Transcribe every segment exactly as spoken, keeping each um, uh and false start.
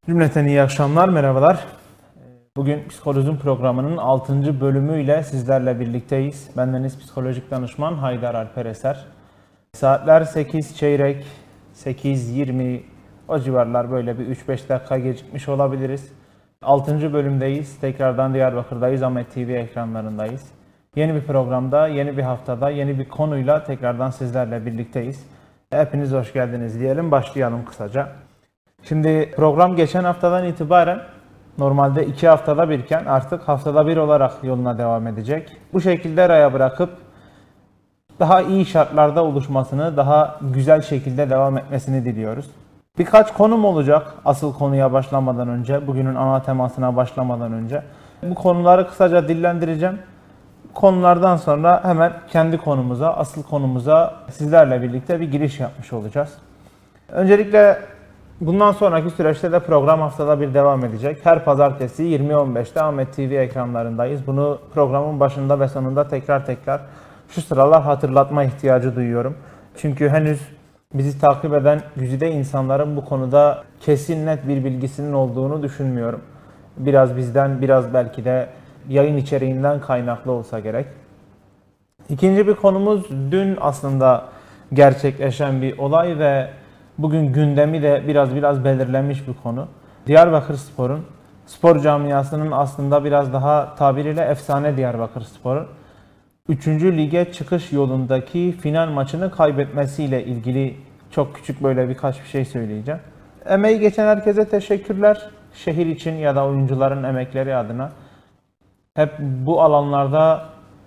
Cümleten iyi akşamlar, merhabalar. Bugün Psikolojim programının altıncı bölümüyle sizlerle birlikteyiz. Bendeniz psikolojik danışman Haydar Alper Eser. Saatler sekiz çeyrek, sekiz yirmi o civarlar, böyle bir üç beş dakika gecikmiş olabiliriz. altıncı bölümdeyiz. Tekrardan Diyarbakır'dayız, Ahmet T V ekranlarındayız. Yeni bir programda, yeni bir haftada, yeni bir konuyla tekrardan sizlerle birlikteyiz. Hepiniz hoş geldiniz diyelim, başlayalım kısaca. Şimdi program geçen haftadan itibaren normalde iki haftada birken artık haftada bir olarak yoluna devam edecek. Bu şekilde raya bırakıp daha iyi şartlarda oluşmasını, daha güzel şekilde devam etmesini diliyoruz. Birkaç konum olacak asıl konuya başlamadan önce, bugünün ana temasına başlamadan önce. Bu konuları kısaca dillendireceğim. Konulardan sonra hemen kendi konumuza, asıl konumuza sizlerle birlikte bir giriş yapmış olacağız. Öncelikle bundan sonraki süreçte de program haftada bir devam edecek. Her pazartesi yirmi on beşte Ahmet T V ekranlarındayız. Bunu programın başında ve sonunda tekrar tekrar şu sıralar hatırlatma ihtiyacı duyuyorum. Çünkü henüz bizi takip eden güzide insanların bu konuda kesin net bir bilgisinin olduğunu düşünmüyorum. Biraz bizden, biraz belki de yayın içeriğinden kaynaklı olsa gerek. İkinci bir konumuz dün aslında gerçekleşen bir olay ve bugün gündemi de biraz biraz belirlemiş bir konu. Diyarbakırspor'un, spor camiasının aslında biraz daha tabiriyle efsane Diyarbakırspor'un üçüncü lige çıkış yolundaki final maçını kaybetmesiyle ilgili çok küçük böyle birkaç bir şey söyleyeceğim. Emeği geçen herkese teşekkürler. Şehir için ya da oyuncuların emekleri adına. Hep bu alanlarda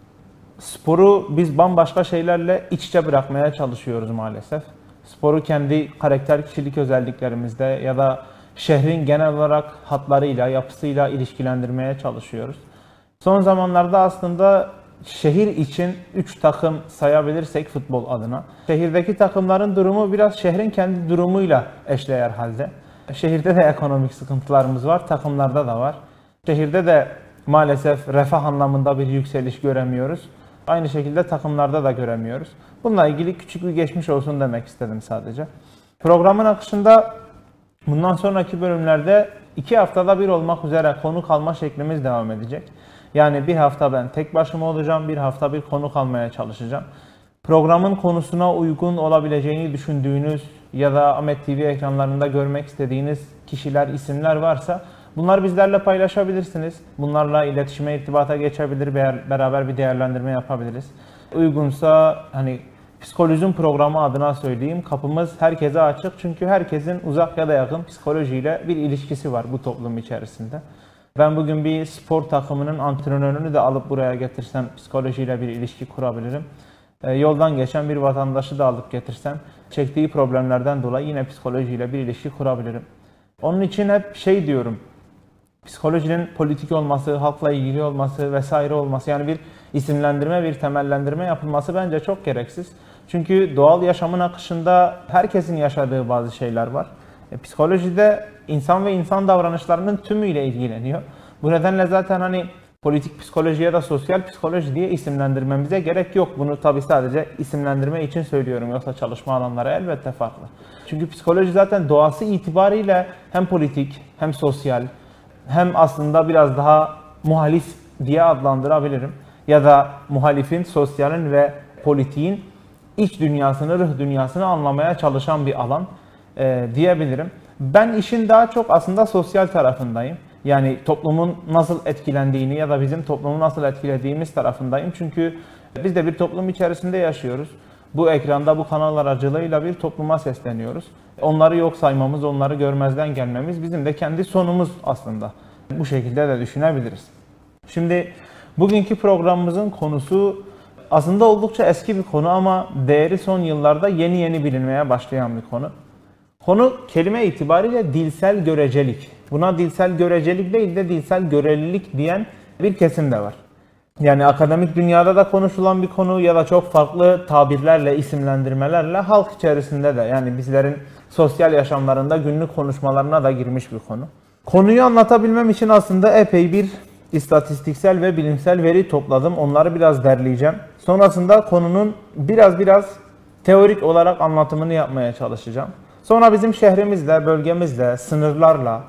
sporu biz bambaşka şeylerle iç içe bırakmaya çalışıyoruz maalesef. Sporu kendi karakter kişilik özelliklerimizde ya da şehrin genel olarak hatlarıyla, yapısıyla ilişkilendirmeye çalışıyoruz. Son zamanlarda aslında şehir için üç takım sayabilirsek futbol adına, şehirdeki takımların durumu biraz şehrin kendi durumuyla eşdeğer halde. Şehirde de ekonomik sıkıntılarımız var, takımlarda da var. Şehirde de maalesef refah anlamında bir yükseliş göremiyoruz. Aynı şekilde takımlarda da göremiyoruz. Bununla ilgili küçük bir geçmiş olsun demek istedim sadece. Programın akışında bundan sonraki bölümlerde iki haftada bir olmak üzere konuk alma şeklimiz devam edecek. Yani bir hafta ben tek başıma olacağım, bir hafta bir konuk almaya çalışacağım. Programın konusuna uygun olabileceğini düşündüğünüz ya da Ahmet T V ekranlarında görmek istediğiniz kişiler, isimler varsa bunları bizlerle paylaşabilirsiniz. Bunlarla iletişime, irtibata geçebilir, beraber bir değerlendirme yapabiliriz. Uygunsa hani Psikolojim programı adına söyleyeyim, kapımız herkese açık. Çünkü herkesin uzak ya da yakın psikolojiyle bir ilişkisi var bu toplum içerisinde. Ben bugün bir spor takımının antrenörünü de alıp buraya getirsem psikolojiyle bir ilişki kurabilirim. E, yoldan geçen bir vatandaşı da alıp getirsem çektiği problemlerden dolayı yine psikolojiyle bir ilişki kurabilirim. Onun için hep şey diyorum, psikolojinin politik olması, halkla ilgili olması vesaire olması, yani bir isimlendirme, bir temellendirme yapılması bence çok gereksiz. Çünkü doğal yaşamın akışında herkesin yaşadığı bazı şeyler var. E, psikolojide insan ve insan davranışlarının tümüyle ilgileniyor. Bu nedenle zaten hani politik psikoloji ya da sosyal psikoloji diye isimlendirmemize gerek yok. Bunu tabii sadece isimlendirme için söylüyorum. Yoksa çalışma alanları elbette farklı. Çünkü psikoloji zaten doğası itibariyle hem politik hem sosyal hem aslında biraz daha muhalif diye adlandırabilirim. Ya da muhalifin, sosyalin ve politiğin iç dünyasını, ruh dünyasını anlamaya çalışan bir alan e, diyebilirim. Ben işin daha çok aslında sosyal tarafındayım. Yani toplumun nasıl etkilendiğini ya da bizim toplumu nasıl etkilediğimiz tarafındayım. Çünkü biz de bir toplum içerisinde yaşıyoruz. Bu ekranda, bu kanal aracılığıyla bir topluma sesleniyoruz. Onları yok saymamız, onları görmezden gelmemiz bizim de kendi sonumuz aslında. Bu şekilde de düşünebiliriz. Şimdi bugünkü programımızın konusu aslında oldukça eski bir konu ama değeri son yıllarda yeni yeni bilinmeye başlayan bir konu. Konu kelime itibariyle dilsel görecelik. Buna dilsel görecelik değil de dilsel görelilik diyen bir kesim de var. Yani akademik dünyada da konuşulan bir konu ya da çok farklı tabirlerle, isimlendirmelerle halk içerisinde de, yani bizlerin sosyal yaşamlarında günlük konuşmalarına da girmiş bir konu. Konuyu anlatabilmem için aslında epey bir istatistiksel ve bilimsel veri topladım. Onları biraz derleyeceğim. Sonrasında konunun biraz biraz teorik olarak anlatımını yapmaya çalışacağım. Sonra bizim şehrimizle, bölgemizle, sınırlarla,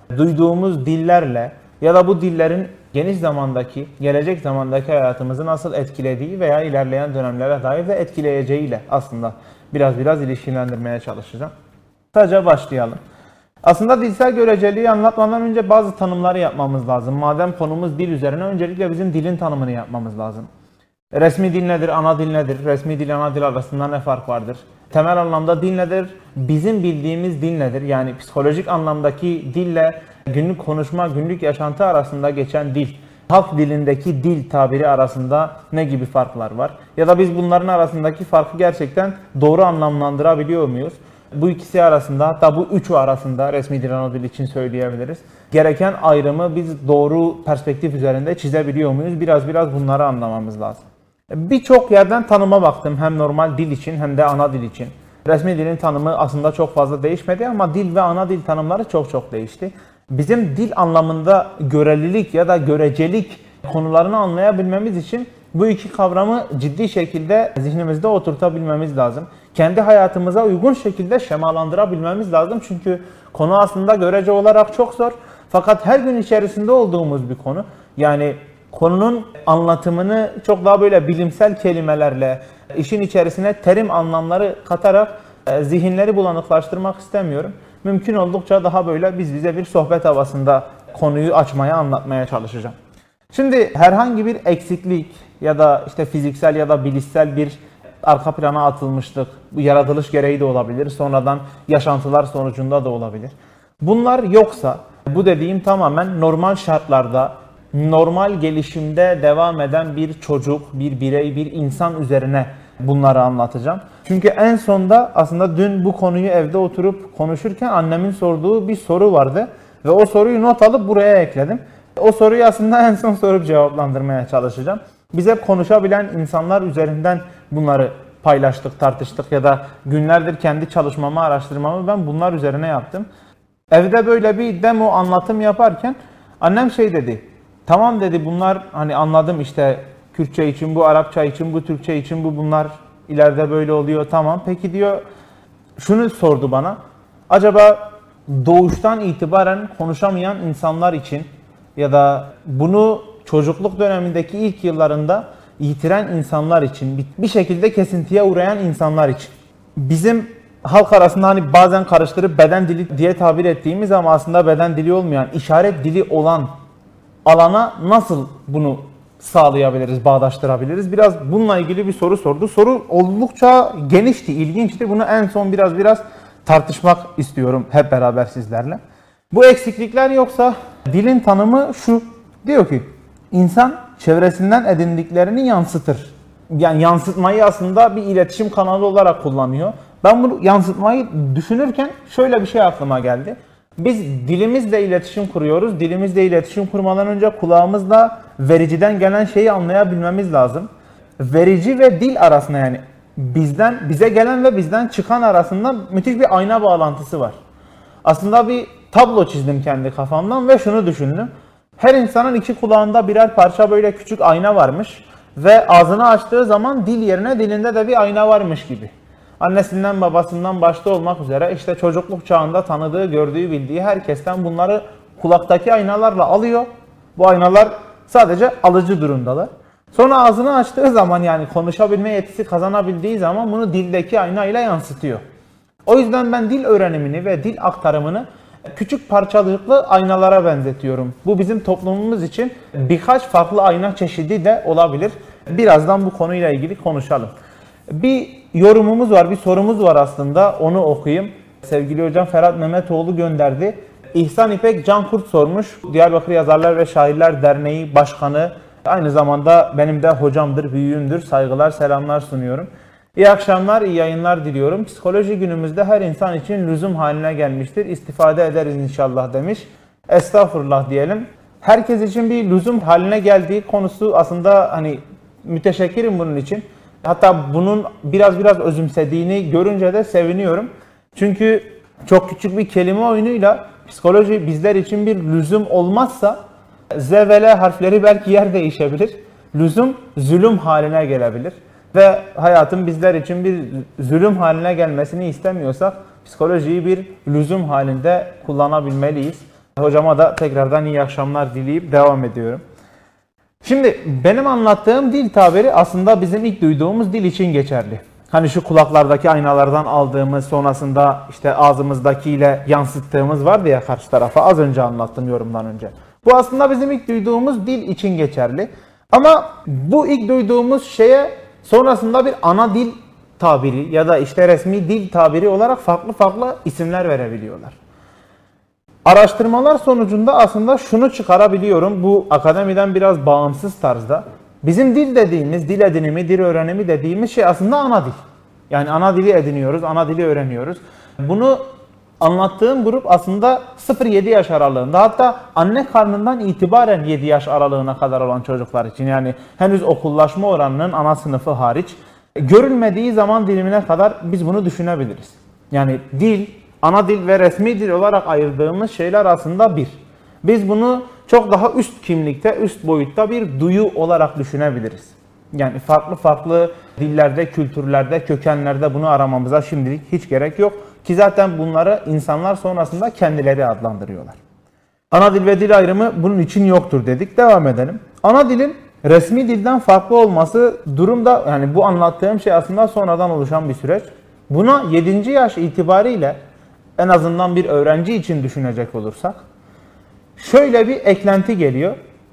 duyduğumuz dillerle ya da bu dillerin geniş zamandaki, gelecek zamandaki hayatımızı nasıl etkilediği veya ilerleyen dönemlere dair de etkileyeceğiyle aslında biraz biraz ilişkilendirmeye çalışacağım. Sadece başlayalım. Aslında dilsel göreceliği anlatmadan önce bazı tanımları yapmamız lazım. Madem konumuz dil üzerine, öncelikle bizim dilin tanımını yapmamız lazım. Resmi dil nedir, ana dil nedir? Resmi dil, ana dil arasında ne fark vardır? Temel anlamda dil nedir? Bizim bildiğimiz dil nedir? Yani psikolojik anlamdaki dille günlük konuşma, günlük yaşantı arasında geçen dil, halk dilindeki dil tabiri arasında ne gibi farklar var? Ya da biz bunların arasındaki farkı gerçekten doğru anlamlandırabiliyor muyuz? Bu ikisi arasında, hatta bu üçü arasında resmi dil, ana dil için söyleyebiliriz. Gereken ayrımı biz doğru perspektif üzerinde çizebiliyor muyuz? Biraz biraz bunları anlamamız lazım. Birçok yerden tanıma baktım, hem normal dil için hem de ana dil için. Resmi dilin tanımı aslında çok fazla değişmedi ama dil ve ana dil tanımları çok çok değişti. Bizim dil anlamında görelilik ya da görecelik konularını anlayabilmemiz için bu iki kavramı ciddi şekilde zihnimizde oturtabilmemiz lazım. Kendi hayatımıza uygun şekilde şemalandırabilmemiz lazım. Çünkü konu aslında görece olarak çok zor. Fakat her gün içerisinde olduğumuz bir konu. Yani konunun anlatımını çok daha böyle bilimsel kelimelerle, işin içerisine terim anlamları katarak zihinleri bulanıklaştırmak istemiyorum. Mümkün oldukça daha böyle biz bize bir sohbet havasında konuyu açmaya, anlatmaya çalışacağım. Şimdi herhangi bir eksiklik ya da işte fiziksel ya da bilişsel bir arka plana atılmışlık, bu yaratılış gereği de olabilir, sonradan yaşantılar sonucunda da olabilir. Bunlar yoksa, bu dediğim tamamen normal şartlarda, normal gelişimde devam eden bir çocuk, bir birey, bir insan üzerine bunları anlatacağım. Çünkü en sonda aslında dün bu konuyu evde oturup konuşurken annemin sorduğu bir soru vardı. Ve o soruyu not alıp buraya ekledim. O soruyu aslında en son sorup cevaplandırmaya çalışacağım. Biz hep konuşabilen insanlar üzerinden bunları paylaştık, tartıştık ya da günlerdir kendi çalışmamı, araştırmamı ben bunlar üzerine yaptım. Evde böyle bir demo anlatım yaparken annem şey dedi. Tamam dedi, bunlar hani anladım işte Kürtçe için bu, Arapça için bu, Türkçe için bu, bunlar ileride böyle oluyor, tamam. Peki diyor, şunu sordu bana. Acaba doğuştan itibaren konuşamayan insanlar için ya da bunu çocukluk dönemindeki ilk yıllarında yitiren insanlar için, bir şekilde kesintiye uğrayan insanlar için, bizim halk arasında hani bazen karıştırıp beden dili diye tabir ettiğimiz ama aslında beden dili olmayan, işaret dili olan alana nasıl bunu sağlayabiliriz, bağdaştırabiliriz? Biraz bununla ilgili bir soru sordu. Soru oldukça genişti, ilginçti. Bunu en son biraz biraz tartışmak istiyorum hep beraber sizlerle. Bu eksiklikler yoksa dilin tanımı şu. Diyor ki insan çevresinden edindiklerini yansıtır. Yani yansıtmayı aslında bir iletişim kanalı olarak kullanıyor. Ben bunu yansıtmayı düşünürken şöyle bir şey aklıma geldi. Biz dilimizle iletişim kuruyoruz. Dilimizle iletişim kurmadan önce kulağımızla vericiden gelen şeyi anlayabilmemiz lazım. Verici ve dil arasında, yani bizden bize gelen ve bizden çıkan arasında müthiş bir ayna bağlantısı var. Aslında bir tablo çizdim kendi kafamdan ve şunu düşündüm. Her insanın iki kulağında birer parça böyle küçük ayna varmış ve ağzını açtığı zaman dil yerine dilinde de bir ayna varmış gibi. Annesinden babasından başta olmak üzere işte çocukluk çağında tanıdığı, gördüğü, bildiği herkesten bunları kulaktaki aynalarla alıyor. Bu aynalar sadece alıcı durumdalar. Sonra ağzını açtığı zaman, yani konuşabilme yetisi kazanabildiği zaman bunu dildeki aynayla yansıtıyor. O yüzden ben dil öğrenimini ve dil aktarımını küçük parçalıklı aynalara benzetiyorum. Bu bizim toplumumuz için birkaç farklı ayna çeşidi de olabilir. Birazdan bu konuyla ilgili konuşalım. Bir yorumumuz var, bir sorumuz var aslında. Onu okuyayım. Sevgili hocam Ferhat Mehmetoğlu gönderdi. İhsan İpek Cankurt sormuş. Diyarbakır Yazarlar ve Şairler Derneği Başkanı. Aynı zamanda benim de hocamdır, büyüğümdür. Saygılar, selamlar sunuyorum. İyi akşamlar, iyi yayınlar diliyorum. Psikoloji günümüzde her insan için lüzum haline gelmiştir. İstifade ederiz inşallah demiş. Estağfurullah diyelim. Herkes için bir lüzum haline geldiği konusu aslında hani müteşekkirim bunun için. Hatta bunun biraz biraz özümsediğini görünce de seviniyorum. Çünkü çok küçük bir kelime oyunuyla psikoloji bizler için bir lüzum olmazsa Z ve L harfleri belki yer değişebilir. Lüzum zulüm haline gelebilir. Ve hayatın bizler için bir zulüm haline gelmesini istemiyorsak psikolojiyi bir lüzum halinde kullanabilmeliyiz. Hocama da tekrardan iyi akşamlar dileyip devam ediyorum. Şimdi benim anlattığım dil tabiri aslında bizim ilk duyduğumuz dil için geçerli. Hani şu kulaklardaki aynalardan aldığımız, sonrasında işte ağzımızdakiyle yansıttığımız vardı ya karşı tarafa, az önce anlattım yorumdan önce. Bu aslında bizim ilk duyduğumuz dil için geçerli. Ama bu ilk duyduğumuz şeye sonrasında bir ana dil tabiri ya da işte resmi dil tabiri olarak farklı farklı isimler verebiliyorlar. Araştırmalar sonucunda aslında şunu çıkarabiliyorum, bu akademiden biraz bağımsız tarzda. Bizim dil dediğimiz, dil edinimi, dil öğrenimi dediğimiz şey aslında ana dil. Yani ana dili ediniyoruz, ana dili öğreniyoruz. Bunu anlattığım grup aslında sıfır yedi yaş aralığında, hatta anne karnından itibaren yedi yaş aralığına kadar olan çocuklar için, yani henüz okullaşma oranının ana sınıfı hariç görülmediği zaman dilimine kadar biz bunu düşünebiliriz. Yani dil, ana dil ve resmi dil olarak ayırdığımız şeyler aslında bir. Biz bunu çok daha üst kimlikte, üst boyutta bir duyu olarak düşünebiliriz. Yani farklı farklı dillerde, kültürlerde, kökenlerde bunu aramamıza şimdilik hiç gerek yok. Ki zaten bunları insanlar sonrasında kendileri adlandırıyorlar. Ana dil ve dil ayrımı bunun için yoktur dedik. Devam edelim. Ana dilin resmi dilden farklı olması durumda, yani bu anlattığım şey aslında sonradan oluşan bir süreç. Buna yedinci yaş itibariyle en azından bir öğrenci için düşünecek olursak şöyle bir eklenti geliyor.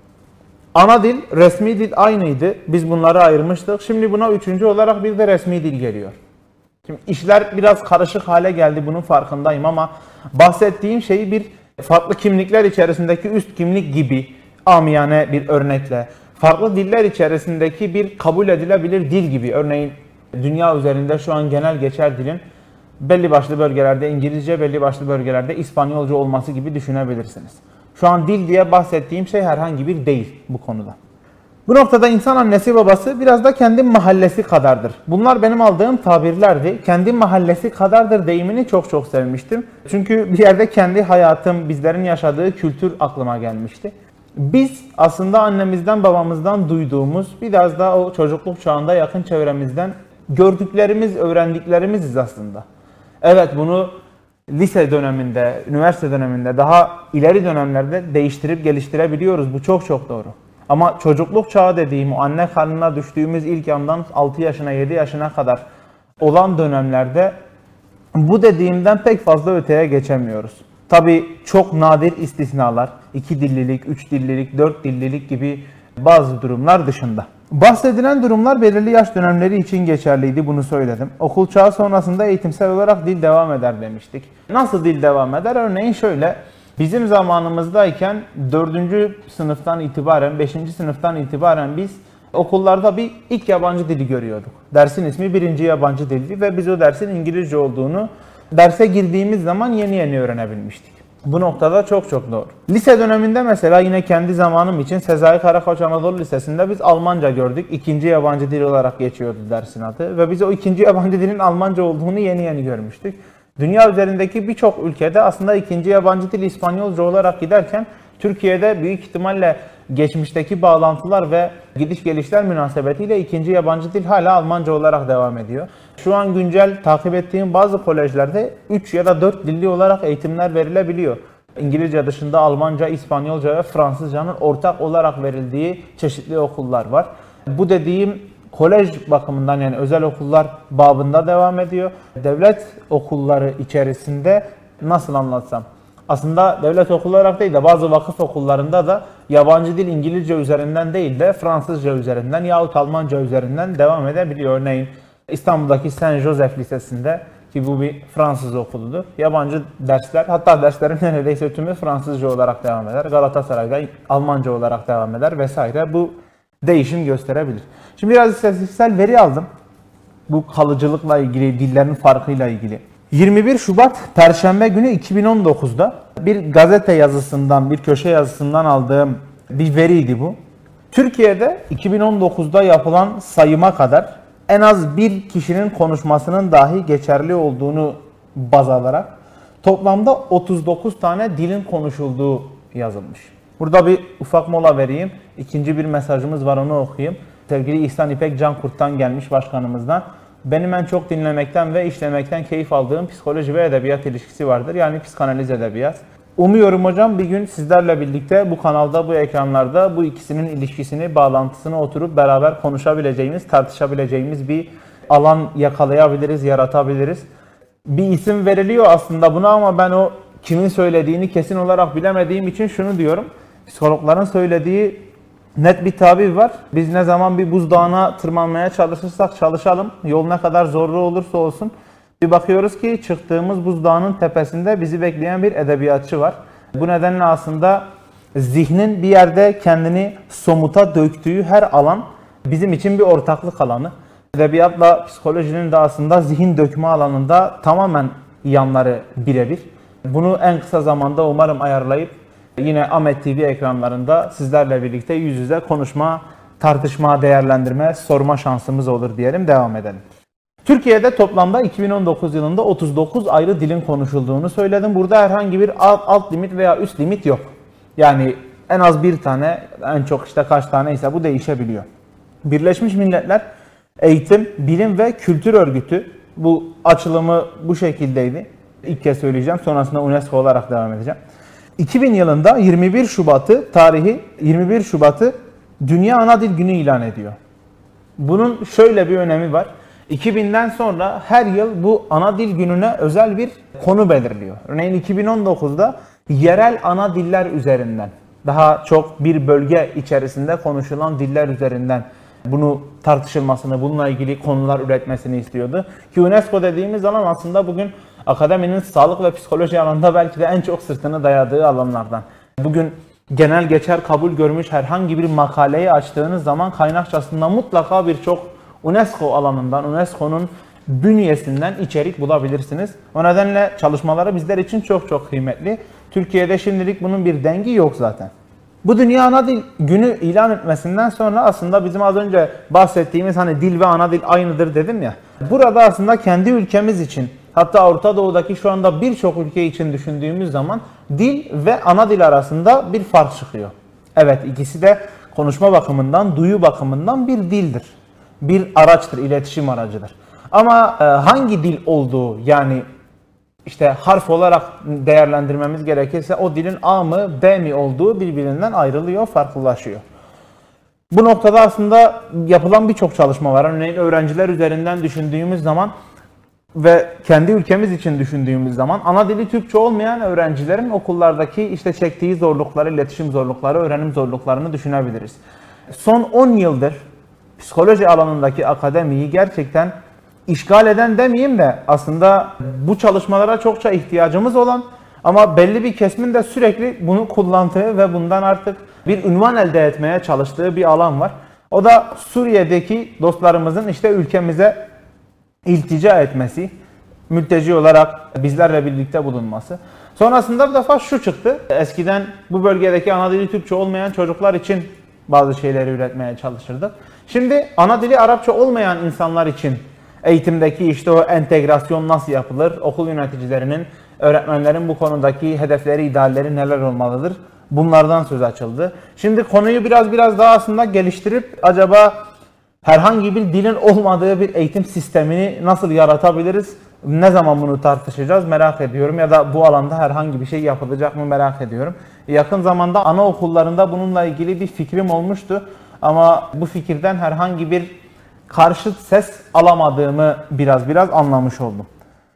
Ana dil, resmi dil aynıydı. Biz bunları ayırmıştık. Şimdi buna üçüncü olarak bir de resmi dil geliyor. Şimdi işler biraz karışık hale geldi, bunun farkındayım ama bahsettiğim şeyi bir farklı kimlikler içerisindeki üst kimlik gibi amiyane bir örnekle, farklı diller içerisindeki bir kabul edilebilir dil gibi, örneğin dünya üzerinde şu an genel geçer dilin belli başlı bölgelerde İngilizce, belli başlı bölgelerde İspanyolca olması gibi düşünebilirsiniz. Şu an dil diye bahsettiğim şey herhangi bir değil bu konuda. Bu noktada insan annesi babası biraz da kendi mahallesi kadardır. Bunlar benim aldığım tabirlerdi. Kendi mahallesi kadardır deyimini çok çok sevmiştim. Çünkü bir yerde kendi hayatım, bizlerin yaşadığı kültür aklıma gelmişti. Biz aslında annemizden babamızdan duyduğumuz, biraz da o çocukluk çağında yakın çevremizden gördüklerimiz, öğrendiklerimiziz aslında. Evet, bunu lise döneminde, üniversite döneminde, daha ileri dönemlerde değiştirip geliştirebiliyoruz. Bu çok çok doğru. Ama çocukluk çağı dediğim, o anne karnına düştüğümüz ilk yandan altı yaşına, yedi yaşına kadar olan dönemlerde bu dediğimden pek fazla öteye geçemiyoruz. Tabii çok nadir istisnalar, iki dillilik, üç dillilik, dört dillilik gibi bazı durumlar dışında. Bahsedilen durumlar belirli yaş dönemleri için geçerliydi, bunu söyledim. Okul çağı sonrasında eğitimsel olarak dil devam eder demiştik. Nasıl dil devam eder? Örneğin şöyle, bizim zamanımızdayken dördüncü sınıftan itibaren, beşinci sınıftan itibaren biz okullarda bir ilk yabancı dili görüyorduk. Dersin ismi birinci yabancı dildi ve biz o dersin İngilizce olduğunu derse girdiğimiz zaman yeni yeni öğrenebilmiştik. Bu noktada çok çok doğru. Lise döneminde mesela yine kendi zamanım için Sezai Karakoç Anadolu Lisesi'nde biz Almanca gördük. İkinci yabancı dil olarak geçiyordu dersin adı. Ve biz o ikinci yabancı dilin Almanca olduğunu yeni yeni görmüştük. Dünya üzerindeki birçok ülkede aslında ikinci yabancı dil İspanyolca olarak giderken Türkiye'de büyük ihtimalle geçmişteki bağlantılar ve gidiş gelişler münasebetiyle ikinci yabancı dil hala Almanca olarak devam ediyor. Şu an güncel takip ettiğim bazı kolejlerde üç ya da dört dilli olarak eğitimler verilebiliyor. İngilizce dışında Almanca, İspanyolca ve Fransızcanın ortak olarak verildiği çeşitli okullar var. Bu dediğim kolej bakımından, yani özel okullar babında devam ediyor. Devlet okulları içerisinde nasıl anlatsam? Aslında devlet okulu olarak değil de bazı vakıf okullarında da yabancı dil İngilizce üzerinden değil de Fransızca üzerinden yahut Almanca üzerinden devam edebiliyor. Örneğin İstanbul'daki Saint Joseph Lisesi'nde, ki bu bir Fransız okuludur, yabancı dersler, hatta derslerin neredeyse tümü Fransızca olarak devam eder. Galatasaray'da Almanca olarak devam eder vesaire. Bu değişim gösterebilir. Şimdi biraz istatistiksel veri aldım. Bu kalıcılıkla ilgili, dillerin farkıyla ilgili. yirmi bir Şubat Perşembe günü iki bin on dokuz'da bir gazete yazısından, bir köşe yazısından aldığım bir veriydi bu. Türkiye'de iki bin on dokuz'da yapılan sayıma kadar en az bir kişinin konuşmasının dahi geçerli olduğunu baz alarak toplamda otuz dokuz tane dilin konuşulduğu yazılmış. Burada bir ufak mola vereyim. İkinci bir mesajımız var, onu okuyayım. Sevgili İhsan İpek Cankurt'tan gelmiş, başkanımızdan. Benim en çok dinlemekten ve işlemekten keyif aldığım psikoloji ve edebiyat ilişkisi vardır. Yani psikanaliz edebiyat. Umuyorum hocam bir gün sizlerle birlikte bu kanalda, bu ekranlarda bu ikisinin ilişkisini, bağlantısını oturup beraber konuşabileceğimiz, tartışabileceğimiz bir alan yakalayabiliriz, yaratabiliriz. Bir isim veriliyor aslında buna ama ben o kimin söylediğini kesin olarak bilemediğim için şunu diyorum. Psikologların söylediği net bir tabir var. Biz ne zaman bir buzdağına tırmanmaya çalışırsak çalışalım, yol ne kadar zorlu olursa olsun, bir bakıyoruz ki çıktığımız buzdağının tepesinde bizi bekleyen bir edebiyatçı var. Bu nedenle aslında zihnin bir yerde kendini somuta döktüğü her alan bizim için bir ortaklık alanı. Edebiyatla psikolojinin de aslında zihin dökme alanında tamamen yanları birebir. Bunu en kısa zamanda umarım ayarlayıp yine Ahmet T V ekranlarında sizlerle birlikte yüz yüze konuşma, tartışma, değerlendirme, sorma şansımız olur diyelim, devam edelim. Türkiye'de toplamda iki bin on dokuz yılında otuz dokuz ayrı dilin konuşulduğunu söyledim. Burada herhangi bir alt, alt limit veya üst limit yok. Yani en az bir tane, en çok işte kaç tane ise bu değişebiliyor. Birleşmiş Milletler Eğitim, Bilim ve Kültür Örgütü, bu açılımı bu şekildeydi. İlk kez söyleyeceğim, sonrasında UNESCO olarak devam edeceğim. iki bin yılında yirmi bir Şubat'ı tarihi yirmi bir Şubat'ı Dünya Ana Dil Günü ilan ediyor. Bunun şöyle bir önemi var. iki binden sonra her yıl bu ana dil gününe özel bir konu belirliyor. Örneğin iki bin on dokuzda yerel ana diller üzerinden, daha çok bir bölge içerisinde konuşulan diller üzerinden bunu tartışılmasını, bununla ilgili konular üretmesini istiyordu. Ki UNESCO dediğimiz alan aslında bugün akademinin sağlık ve psikoloji alanında belki de en çok sırtını dayadığı alanlardan. Bugün genel geçer kabul görmüş herhangi bir makaleyi açtığınız zaman kaynakçasında mutlaka birçok UNESCO alanından, UNESCO'nun bünyesinden içerik bulabilirsiniz. O nedenle çalışmaları bizler için çok çok kıymetli. Türkiye'de şimdilik bunun bir dengi yok zaten. Bu Dünya Ana Dil Günü ilan etmesinden sonra aslında bizim az önce bahsettiğimiz hani dil ve ana dil aynıdır dedim ya. Burada aslında kendi ülkemiz için, hatta Orta Doğu'daki şu anda birçok ülke için düşündüğümüz zaman dil ve ana dil arasında bir fark çıkıyor. Evet, ikisi de konuşma bakımından, duyu bakımından bir dildir. Bir araçtır, iletişim aracıdır. Ama e, hangi dil olduğu, yani işte harf olarak değerlendirmemiz gerekirse o dilin A mı B mi olduğu birbirinden ayrılıyor, farklılaşıyor. Bu noktada aslında yapılan birçok çalışma var. Örneğin öğrenciler üzerinden düşündüğümüz zaman ve kendi ülkemiz için düşündüğümüz zaman ana dili Türkçe olmayan öğrencilerin okullardaki işte çektiği zorlukları, iletişim zorlukları, öğrenim zorluklarını düşünebiliriz. Son on yıldır psikoloji alanındaki akademiyi gerçekten işgal eden demeyeyim de aslında bu çalışmalara çokça ihtiyacımız olan ama belli bir kesimin de sürekli bunu kullandığı ve bundan artık bir ünvan elde etmeye çalıştığı bir alan var. O da Suriye'deki dostlarımızın işte ülkemize iltica etmesi, mülteci olarak bizlerle birlikte bulunması. Sonrasında bir defa şu çıktı. Eskiden bu bölgedeki ana dili Türkçe olmayan çocuklar için bazı şeyleri üretmeye çalışırdık. Şimdi ana dili Arapça olmayan insanlar için eğitimdeki işte o entegrasyon nasıl yapılır? Okul yöneticilerinin, öğretmenlerin bu konudaki hedefleri, idealleri neler olmalıdır? Bunlardan söz açıldı. Şimdi konuyu biraz biraz daha aslında geliştirip acaba herhangi bir dilin olmadığı bir eğitim sistemini nasıl yaratabiliriz? Ne zaman bunu tartışacağız merak ediyorum, ya da bu alanda herhangi bir şey yapılacak mı merak ediyorum. Yakın zamanda anaokullarında bununla ilgili bir fikrim olmuştu ama bu fikirden herhangi bir karşıt ses alamadığımı biraz biraz anlamış oldum.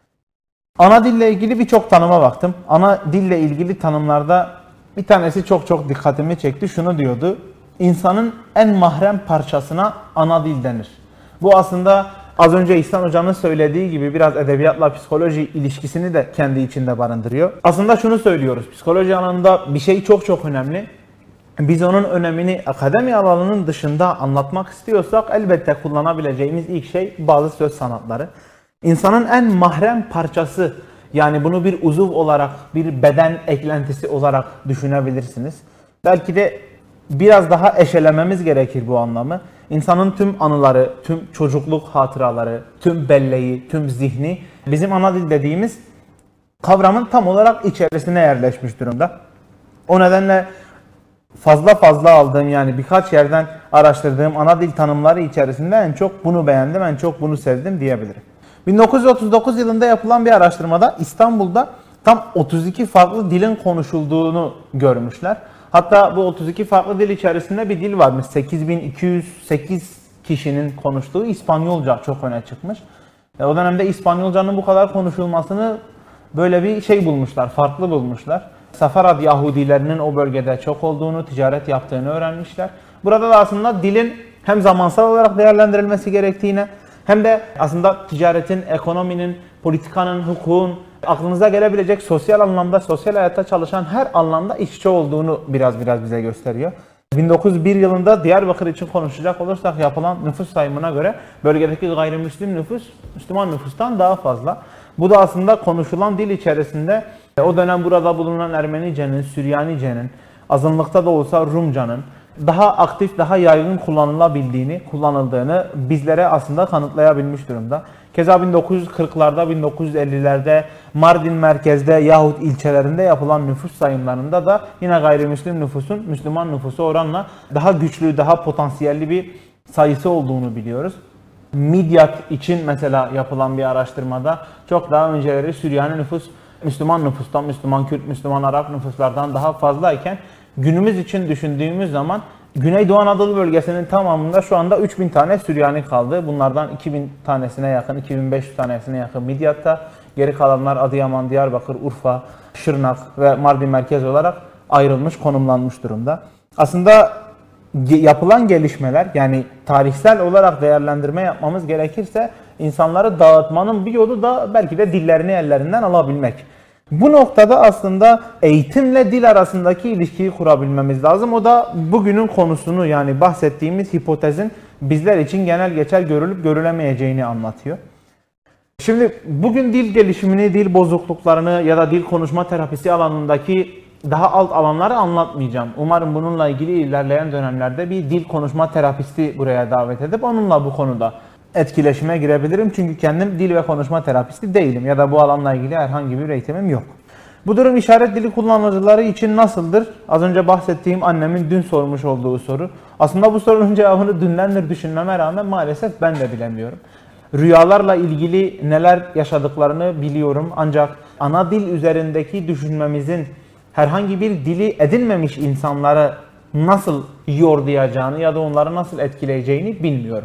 Ana dille ilgili birçok tanıma baktım. Ana dille ilgili tanımlarda bir tanesi çok çok dikkatimi çekti. Şunu diyordu: İnsanın en mahrem parçasına ana dil denir. Bu aslında az önce İhsan Hocam'ın söylediği gibi biraz edebiyatla psikoloji ilişkisini de kendi içinde barındırıyor. Aslında şunu söylüyoruz: psikoloji alanında bir şey çok çok önemli. Biz onun önemini akademi alanının dışında anlatmak istiyorsak elbette kullanabileceğimiz ilk şey bazı söz sanatları. İnsanın en mahrem parçası, yani bunu bir uzuv olarak, bir beden eklentisi olarak düşünebilirsiniz. Belki de biraz daha eşelememiz gerekir bu anlamı. İnsanın tüm anıları, tüm çocukluk hatıraları, tüm belleği, tüm zihni bizim ana dil dediğimiz kavramın tam olarak içerisine yerleşmiş durumda. O nedenle fazla fazla aldığım, yani birkaç yerden araştırdığım ana dil tanımları içerisinde en çok bunu beğendim, en çok bunu sevdim diyebilirim. bin dokuz yüz otuz dokuz yılında yapılan bir araştırmada İstanbul'da tam otuz iki farklı dilin konuşulduğunu görmüşler. Hatta bu otuz iki farklı dil içerisinde bir dil varmış. sekiz bin iki yüz sekiz kişinin konuştuğu İspanyolca çok öne çıkmış. E, o dönemde İspanyolcanın bu kadar konuşulmasını böyle bir şey bulmuşlar, farklı bulmuşlar. Sefarad Yahudilerinin o bölgede çok olduğunu, ticaret yaptığını öğrenmişler. Burada da aslında dilin hem zamansal olarak değerlendirilmesi gerektiğine hem de aslında ticaretin, ekonominin, politikanın, hukukun, aklınıza gelebilecek sosyal anlamda, sosyal hayatta çalışan her anlamda işçi olduğunu biraz biraz bize gösteriyor. bin dokuz yüz bir yılında Diyarbakır için konuşacak olursak yapılan nüfus sayımına göre bölgedeki gayrimüslim nüfus Müslüman nüfustan daha fazla. Bu da aslında konuşulan dil içerisinde o dönem burada bulunan Ermenice'nin, Süryanice'nin, azınlıkta da olsa Rumcanın daha aktif, daha yaygın kullanılabildiğini, kullanıldığını bizlere aslında kanıtlayabilmiş durumda. Keza bin dokuz yüz kırklarda, bin dokuz yüz ellilerde Mardin merkezde yahut ilçelerinde yapılan nüfus sayımlarında da yine gayrimüslim nüfusun Müslüman nüfusu oranla daha güçlü, daha potansiyelli bir sayısı olduğunu biliyoruz. Midyat için mesela yapılan bir araştırmada çok daha önceleri Süryani nüfus Müslüman nüfustan, Müslüman Kürt, Müslüman Arap nüfuslardan daha fazlayken günümüz için düşündüğümüz zaman Güneydoğu Anadolu bölgesinin tamamında şu anda üç bin tane Süryani kaldı. Bunlardan iki bin tanesine yakın, iki bin beş yüz tanesine yakın Midyat'ta. Geri kalanlar Adıyaman, Diyarbakır, Urfa, Şırnak ve Mardin merkez olarak ayrılmış, konumlanmış durumda. Aslında yapılan gelişmeler, yani tarihsel olarak değerlendirme yapmamız gerekirse insanları dağıtmanın bir yolu da belki de dillerini ellerinden alabilmek. Bu noktada aslında eğitimle dil arasındaki ilişkiyi kurabilmemiz lazım. O da bugünün konusunu, yani bahsettiğimiz hipotezin bizler için genel geçer görülüp görülemeyeceğini anlatıyor. Şimdi bugün dil gelişimini, dil bozukluklarını ya da dil konuşma terapisi alanındaki daha alt alanları anlatmayacağım. Umarım bununla ilgili ilerleyen dönemlerde bir dil konuşma terapisti buraya davet edip onunla bu konuda etkileşime girebilirim. Çünkü kendim dil ve konuşma terapisti değilim ya da bu alanla ilgili herhangi bir eğitimim yok. Bu durum işaret dili kullanıcıları için nasıldır? Az önce bahsettiğim annemin dün sormuş olduğu soru. Aslında bu sorunun cevabını dündendir düşünmeme rağmen maalesef ben de bilemiyorum. Rüyalarla ilgili neler yaşadıklarını biliyorum. Ancak ana dil üzerindeki düşünmemizin herhangi bir dili edinmemiş insanları nasıl yordayacağını ya da onları nasıl etkileyeceğini bilmiyorum.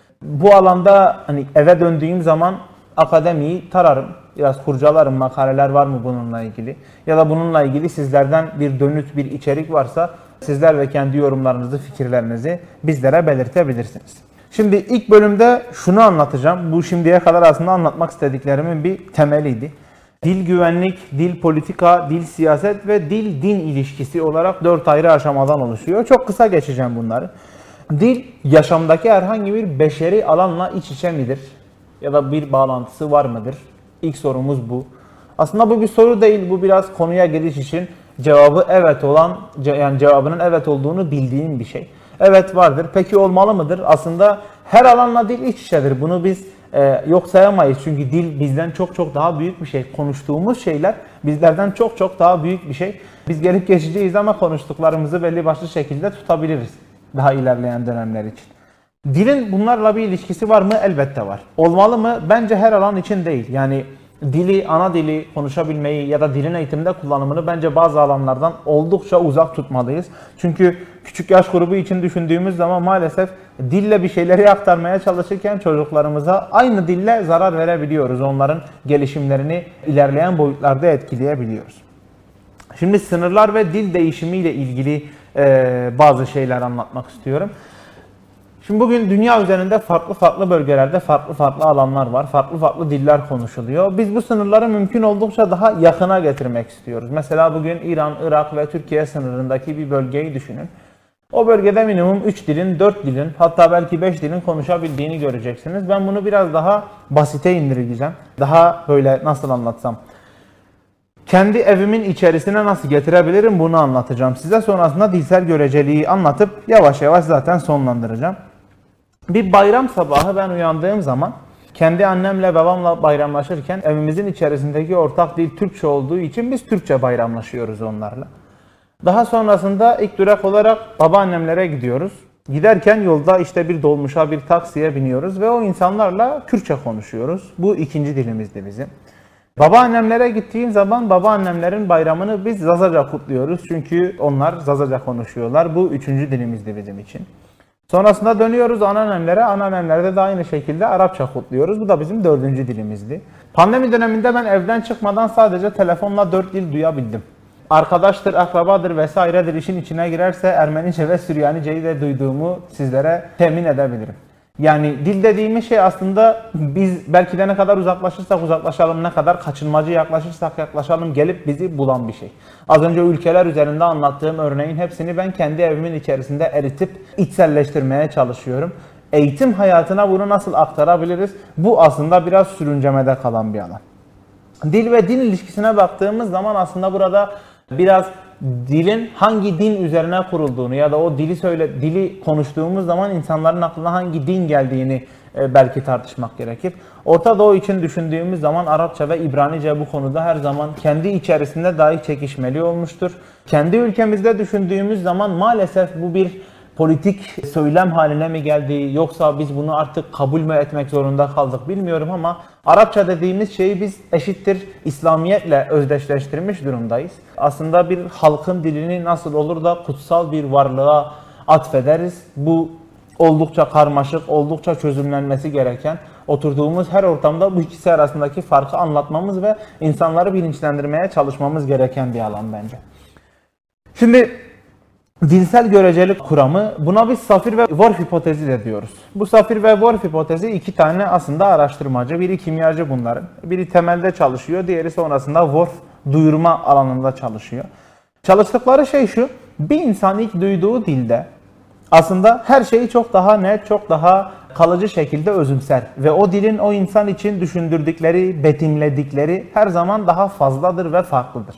Bu alanda hani eve döndüğüm zaman akademiyi tararım. Biraz kurcalarım, makaleler var mı bununla ilgili. Ya da bununla ilgili sizlerden bir dönüt, bir içerik varsa sizler de kendi yorumlarınızı, fikirlerinizi bizlere belirtebilirsiniz. Şimdi ilk bölümde şunu anlatacağım. Bu şimdiye kadar aslında anlatmak istediklerimin bir temeliydi. Dil güvenlik, dil politika, dil siyaset ve dil din ilişkisi olarak dört ayrı aşamadan oluşuyor. Çok kısa geçeceğim bunları. Dil, yaşamdaki herhangi bir beşeri alanla iç içe midir? Ya da bir bağlantısı var mıdır? İlk sorumuz bu. Aslında bu bir soru değil, bu biraz konuya giriş için cevabı evet olan, yani cevabının evet olduğunu bildiğim bir şey. Evet vardır. Peki olmalı mıdır? Aslında her alanla dil iç içedir. Bunu biz e, yok sayamayız. Çünkü dil bizden çok çok daha büyük bir şey. Konuştuğumuz şeyler bizlerden çok çok daha büyük bir şey. Biz gelip geçeceğiz ama konuştuklarımızı belli başlı şekilde tutabiliriz daha ilerleyen dönemler için. Dilin bunlarla bir ilişkisi var mı? Elbette var. Olmalı mı? Bence her alan için değil. Yani dili, ana dili konuşabilmeyi ya da dilin eğitimde kullanımını bence bazı alanlardan oldukça uzak tutmalıyız. Çünkü küçük yaş grubu için düşündüğümüz zaman maalesef dille bir şeyleri aktarmaya çalışırken çocuklarımıza aynı dille zarar verebiliyoruz. Onların gelişimlerini ilerleyen boyutlarda etkileyebiliyoruz. Şimdi sınırlar ve dil değişimiyle ilgili e, bazı şeyler anlatmak istiyorum. Şimdi bugün dünya üzerinde farklı farklı bölgelerde farklı farklı alanlar var. Farklı farklı diller konuşuluyor. Biz bu sınırları mümkün oldukça daha yakına getirmek istiyoruz. Mesela bugün İran, Irak ve Türkiye sınırındaki bir bölgeyi düşünün. O bölgede minimum üç dilin, dört dilin, hatta belki beş dilin konuşabildiğini göreceksiniz. Ben bunu biraz daha basite indireceğim. Daha böyle nasıl anlatsam. Kendi evimin içerisine nasıl getirebilirim bunu anlatacağım size. Sonrasında dilsel göreceliği anlatıp yavaş yavaş zaten sonlandıracağım. Bir bayram sabahı ben uyandığım zaman kendi annemle babamla bayramlaşırken evimizin içerisindeki ortak dil Türkçe olduğu için biz Türkçe bayramlaşıyoruz onlarla. Daha sonrasında ilk durak olarak babaannemlere gidiyoruz. Giderken yolda işte bir dolmuşa, bir taksiye biniyoruz ve o insanlarla Kürtçe konuşuyoruz. Bu ikinci dilimizdi bizim. Babaannemlere gittiğim zaman babaannemlerin bayramını biz Zazaca kutluyoruz. Çünkü onlar Zazaca konuşuyorlar. Bu üçüncü dilimizdi bizim için. Sonrasında dönüyoruz anneannemlere. Anneannemlerde de aynı şekilde Arapça kutluyoruz. Bu da bizim dördüncü dilimizdi. Pandemi döneminde ben evden çıkmadan sadece telefonla dört dil duyabildim. Arkadaştır, akrabadır vesairedir işin içine girerse Ermenice ve Süryanice'yi de duyduğumu sizlere temin edebilirim. Yani dil dediğimiz şey aslında biz belki de ne kadar uzaklaşırsak uzaklaşalım, ne kadar kaçınmacı yaklaşırsak yaklaşalım gelip bizi bulan bir şey. Az önce ülkeler üzerinde anlattığım örneğin hepsini ben kendi evimin içerisinde eritip içselleştirmeye çalışıyorum. Eğitim hayatına bunu nasıl aktarabiliriz? Bu aslında biraz sürüncemede kalan bir alan. Dil ve din ilişkisine baktığımız zaman aslında burada biraz dilin hangi din üzerine kurulduğunu ya da o dili söyle dili konuştuğumuz zaman insanların aklına hangi din geldiğini e, belki tartışmak gerekir. Orta Doğu için düşündüğümüz zaman Arapça ve İbranice bu konuda her zaman kendi içerisinde dahi çekişmeli olmuştur. Kendi ülkemizde düşündüğümüz zaman maalesef bu bir politik söylem haline mi geldi yoksa biz bunu artık kabul mü etmek zorunda kaldık bilmiyorum ama Arapça dediğimiz şeyi biz eşittir İslamiyetle özdeşleştirmiş durumdayız. Aslında bir halkın dilini nasıl olur da kutsal bir varlığa atfederiz. Bu oldukça karmaşık, oldukça çözümlenmesi gereken, oturduğumuz her ortamda bu ikisi arasındaki farkı anlatmamız ve insanları bilinçlendirmeye çalışmamız gereken bir alan bence. Şimdi dinsel görecelik kuramı, buna biz Safir ve Whorf hipotezi de diyoruz. Bu Safir ve Whorf hipotezi iki tane aslında araştırmacı, biri kimyacı bunların. Biri temelde çalışıyor, diğeri sonrasında Whorf duyurma alanında çalışıyor. Çalıştıkları şey şu, bir insan ilk duyduğu dilde aslında her şeyi çok daha net, çok daha kalıcı şekilde özümser. Ve o dilin o insan için düşündürdükleri, betimledikleri her zaman daha fazladır ve farklıdır.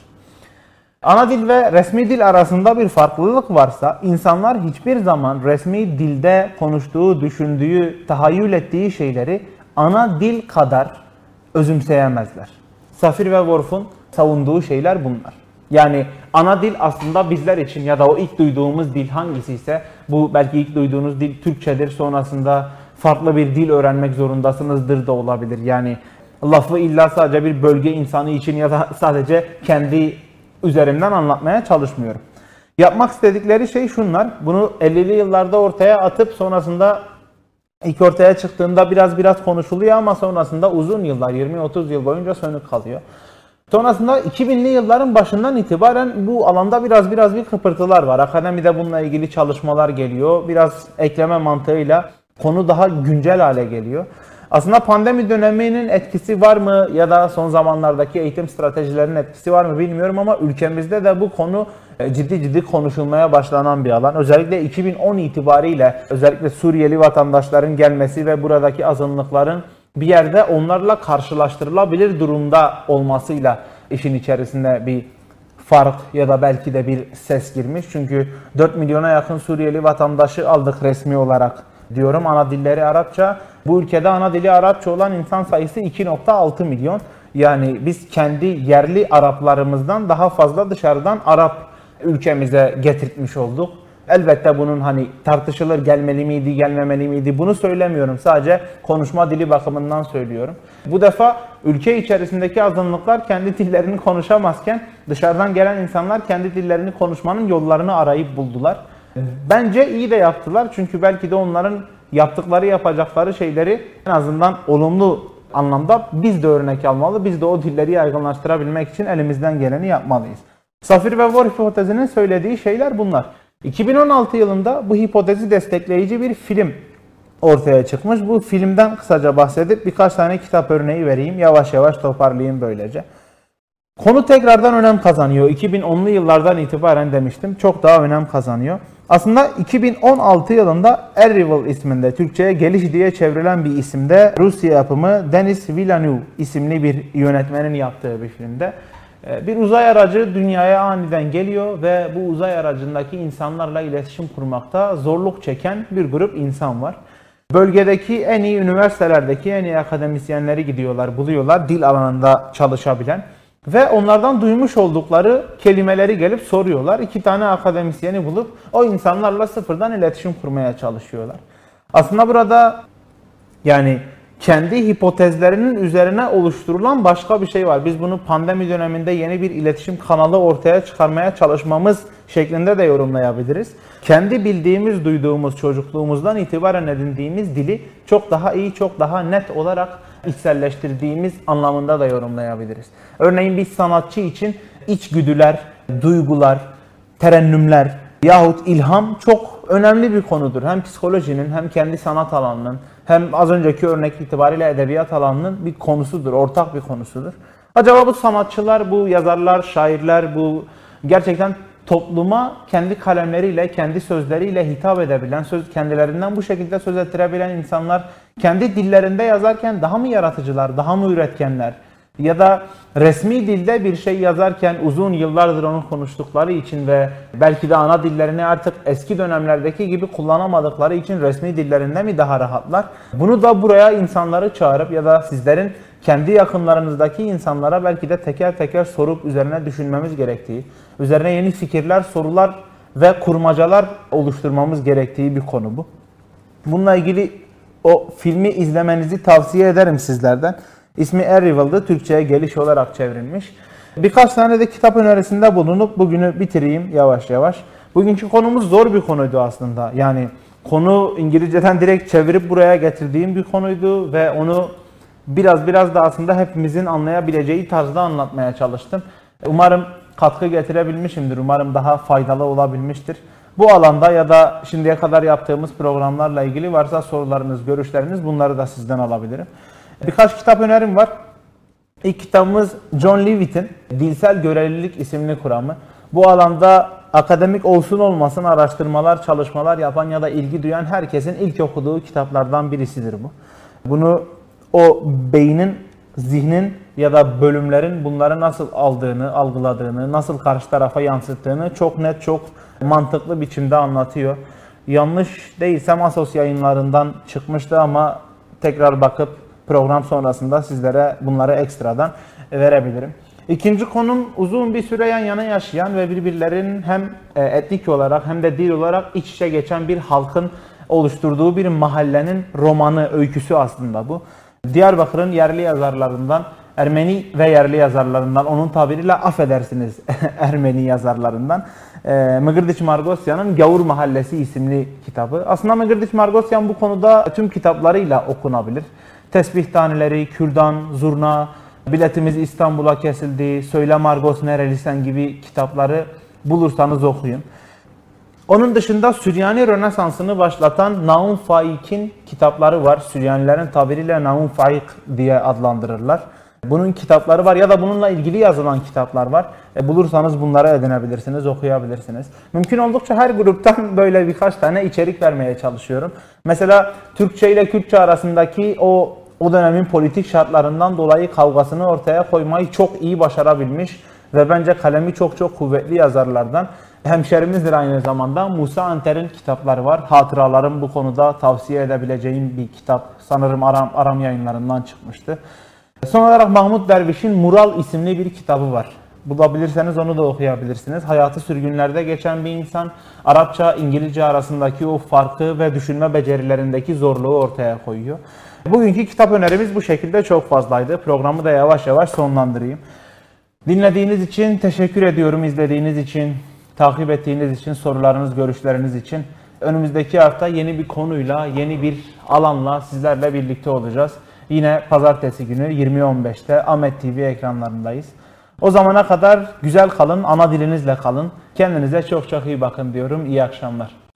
Ana dil ve resmi dil arasında bir farklılık varsa insanlar hiçbir zaman resmi dilde konuştuğu, düşündüğü, tahayyül ettiği şeyleri ana dil kadar özümseyemezler. Safir ve Whorf'un savunduğu şeyler bunlar. Yani ana dil aslında bizler için ya da o ilk duyduğumuz dil hangisi ise bu belki ilk duyduğunuz dil Türkçedir, sonrasında farklı bir dil öğrenmek zorundasınızdır da olabilir. Yani lafı illa sadece bir bölge insanı için ya da sadece kendi üzerimden anlatmaya çalışmıyorum. Yapmak istedikleri şey şunlar. Bunu ellili yıllarda ortaya atıp sonrasında ilk ortaya çıktığında biraz biraz konuşuluyor ama sonrasında uzun yıllar, yirmi otuz yıl boyunca sönük kalıyor. Sonrasında iki binli yılların başından itibaren bu alanda biraz biraz bir kıpırtılar var. Akademide bununla ilgili çalışmalar geliyor. Biraz ekleme mantığıyla konu daha güncel hale geliyor. Aslında pandemi döneminin etkisi var mı ya da son zamanlardaki eğitim stratejilerinin etkisi var mı bilmiyorum ama ülkemizde de bu konu ciddi ciddi konuşulmaya başlanan bir alan. Özellikle iki bin on itibariyle özellikle Suriyeli vatandaşların gelmesi ve buradaki azınlıkların bir yerde onlarla karşılaştırılabilir durumda olmasıyla işin içerisinde bir fark ya da belki de bir ses girmiş. Çünkü dört milyona yakın Suriyeli vatandaşı aldık resmi olarak diyorum. Ana dilleri Arapça. Bu ülkede ana dili Arapça olan insan sayısı iki nokta altı milyon. Yani biz kendi yerli Araplarımızdan daha fazla dışarıdan Arap ülkemize getirtmiş olduk. Elbette bunun hani tartışılır, gelmeli miydi, gelmemeli miydi bunu söylemiyorum. Sadece konuşma dili bakımından söylüyorum. Bu defa ülke içerisindeki azınlıklar kendi dillerini konuşamazken dışarıdan gelen insanlar kendi dillerini konuşmanın yollarını arayıp buldular. Bence iyi de yaptılar çünkü belki de onların yaptıkları, yapacakları şeyleri en azından olumlu anlamda biz de örnek almalı. Biz de o dilleri yaygınlaştırabilmek için elimizden geleni yapmalıyız. Safir ve Whorf hipotezinin söylediği şeyler bunlar. iki bin on altı yılında bu hipotezi destekleyici bir film ortaya çıkmış. Bu filmden kısaca bahsedip birkaç tane kitap örneği vereyim. Yavaş yavaş toparlayayım böylece. Konu tekrardan önem kazanıyor. iki bin onlu yıllardan itibaren demiştim. Çok daha önem kazanıyor. Aslında iki bin on altı yılında Arrival isminde, Türkçe'ye geliş diye çevrilen bir isimde Rusya yapımı Denis Villeneuve isimli bir yönetmenin yaptığı bir filmde bir uzay aracı dünyaya aniden geliyor ve bu uzay aracındaki insanlarla iletişim kurmakta zorluk çeken bir grup insan var. Bölgedeki en iyi üniversitelerdeki en iyi akademisyenleri gidiyorlar, buluyorlar dil alanında çalışabilen. Ve onlardan duymuş oldukları kelimeleri gelip soruyorlar. İki tane akademisyeni bulup o insanlarla sıfırdan iletişim kurmaya çalışıyorlar. Aslında burada yani kendi hipotezlerinin üzerine oluşturulan başka bir şey var. Biz bunu pandemi döneminde yeni bir iletişim kanalı ortaya çıkarmaya çalışmamız şeklinde de yorumlayabiliriz. Kendi bildiğimiz, duyduğumuz, çocukluğumuzdan itibaren edindiğimiz dili çok daha iyi, çok daha net olarak içselleştirdiğimiz anlamında da yorumlayabiliriz. Örneğin bir sanatçı için içgüdüler, duygular, terennümler yahut ilham çok önemli bir konudur. Hem psikolojinin hem kendi sanat alanının hem az önceki örnek itibariyle edebiyat alanının bir konusudur, ortak bir konusudur. Acaba bu sanatçılar, bu yazarlar, şairler, bu gerçekten topluma kendi kalemleriyle, kendi sözleriyle hitap edebilen, söz kendilerinden bu şekilde söz ettirebilen insanlar kendi dillerinde yazarken daha mı yaratıcılar, daha mı üretkenler? Ya da resmi dilde bir şey yazarken uzun yıllardır onu konuştukları için ve belki de ana dillerini artık eski dönemlerdeki gibi kullanamadıkları için resmi dillerinde mi daha rahatlar? Bunu da buraya insanları çağırıp ya da sizlerin kendi yakınlarınızdaki insanlara belki de teker teker sorup üzerine düşünmemiz gerektiği, üzerine yeni fikirler, sorular ve kurmacalar oluşturmamız gerektiği bir konu bu. Bununla ilgili o filmi izlemenizi tavsiye ederim sizlerden. İsmi Arrival'dı. Türkçe'ye geliş olarak çevrilmiş. Birkaç tane de kitap önerisinde bulunup bugünü bitireyim yavaş yavaş. Bugünkü konumuz zor bir konuydu aslında. Yani konu İngilizceden direkt çevirip buraya getirdiğim bir konuydu ve onu biraz biraz da aslında hepimizin anlayabileceği tarzda anlatmaya çalıştım. Umarım katkı getirebilmişimdir. Umarım daha faydalı olabilmiştir. Bu alanda ya da şimdiye kadar yaptığımız programlarla ilgili varsa sorularınız, görüşleriniz bunları da sizden alabilirim. Birkaç kitap önerim var. İlk kitabımız John Leavitt'in Dilsel Görelilik isimli kuramı. Bu alanda akademik olsun olmasın araştırmalar, çalışmalar yapan ya da ilgi duyan herkesin ilk okuduğu kitaplardan birisidir bu. Bunu o beynin, zihnin ya da bölümlerin bunları nasıl aldığını, algıladığını, nasıl karşı tarafa yansıttığını çok net, çok mantıklı biçimde anlatıyor. Yanlış değilsem Asos yayınlarından çıkmıştı ama tekrar bakıp program sonrasında sizlere bunları ekstradan verebilirim. İkinci konum uzun bir süre yan yana yaşayan ve birbirlerinin hem etnik olarak hem de dil olarak iç içe geçen bir halkın oluşturduğu bir mahallenin romanı, öyküsü aslında bu. Diyarbakır'ın yerli yazarlarından, Ermeni ve yerli yazarlarından, onun tabiriyle affedersiniz Ermeni yazarlarından e, Mıgırdiç Margosyan'ın Gavur Mahallesi isimli kitabı. Aslında Mıgırdiç Margosyan bu konuda tüm kitaplarıyla okunabilir. Tesbih Taneleri, Kürdan, Zurna, Biletimiz İstanbul'a Kesildi, Söyle Margos Nerelisen gibi kitapları bulursanız okuyun. Onun dışında Süryani Rönesansı'nı başlatan Naum Faik'in kitapları var. Süryanilerin tabiriyle Naum Faik diye adlandırırlar. Bunun kitapları var ya da bununla ilgili yazılan kitaplar var. E, bulursanız bunları edinebilirsiniz, okuyabilirsiniz. Mümkün oldukça her gruptan böyle birkaç tane içerik vermeye çalışıyorum. Mesela Türkçe ile Kürtçe arasındaki o o dönemin politik şartlarından dolayı kavgasını ortaya koymayı çok iyi başarabilmiş ve bence kalemi çok çok kuvvetli yazarlardan. Hemşerimizdir aynı zamanda. Musa Anter'in kitapları var. Hatıralarım bu konuda tavsiye edebileceğim bir kitap. Sanırım Aram, Aram yayınlarından çıkmıştı. Son olarak Mahmut Derviş'in Mural isimli bir kitabı var. Bulabilirseniz onu da okuyabilirsiniz. Hayatı sürgünlerde geçen bir insan, Arapça, İngilizce arasındaki o farkı ve düşünme becerilerindeki zorluğu ortaya koyuyor. Bugünkü kitap önerimiz bu şekilde çok fazlaydı. Programı da yavaş yavaş sonlandırayım. Dinlediğiniz için teşekkür ediyorum, izlediğiniz için, takip ettiğiniz için, sorularınız, görüşleriniz için. Önümüzdeki hafta yeni bir konuyla, yeni bir alanla sizlerle birlikte olacağız. Yine pazartesi günü yirmi on beşte Ahmet T V ekranlarındayız. O zamana kadar güzel kalın, ana dilinizle kalın. Kendinize çok çok iyi bakın diyorum. İyi akşamlar.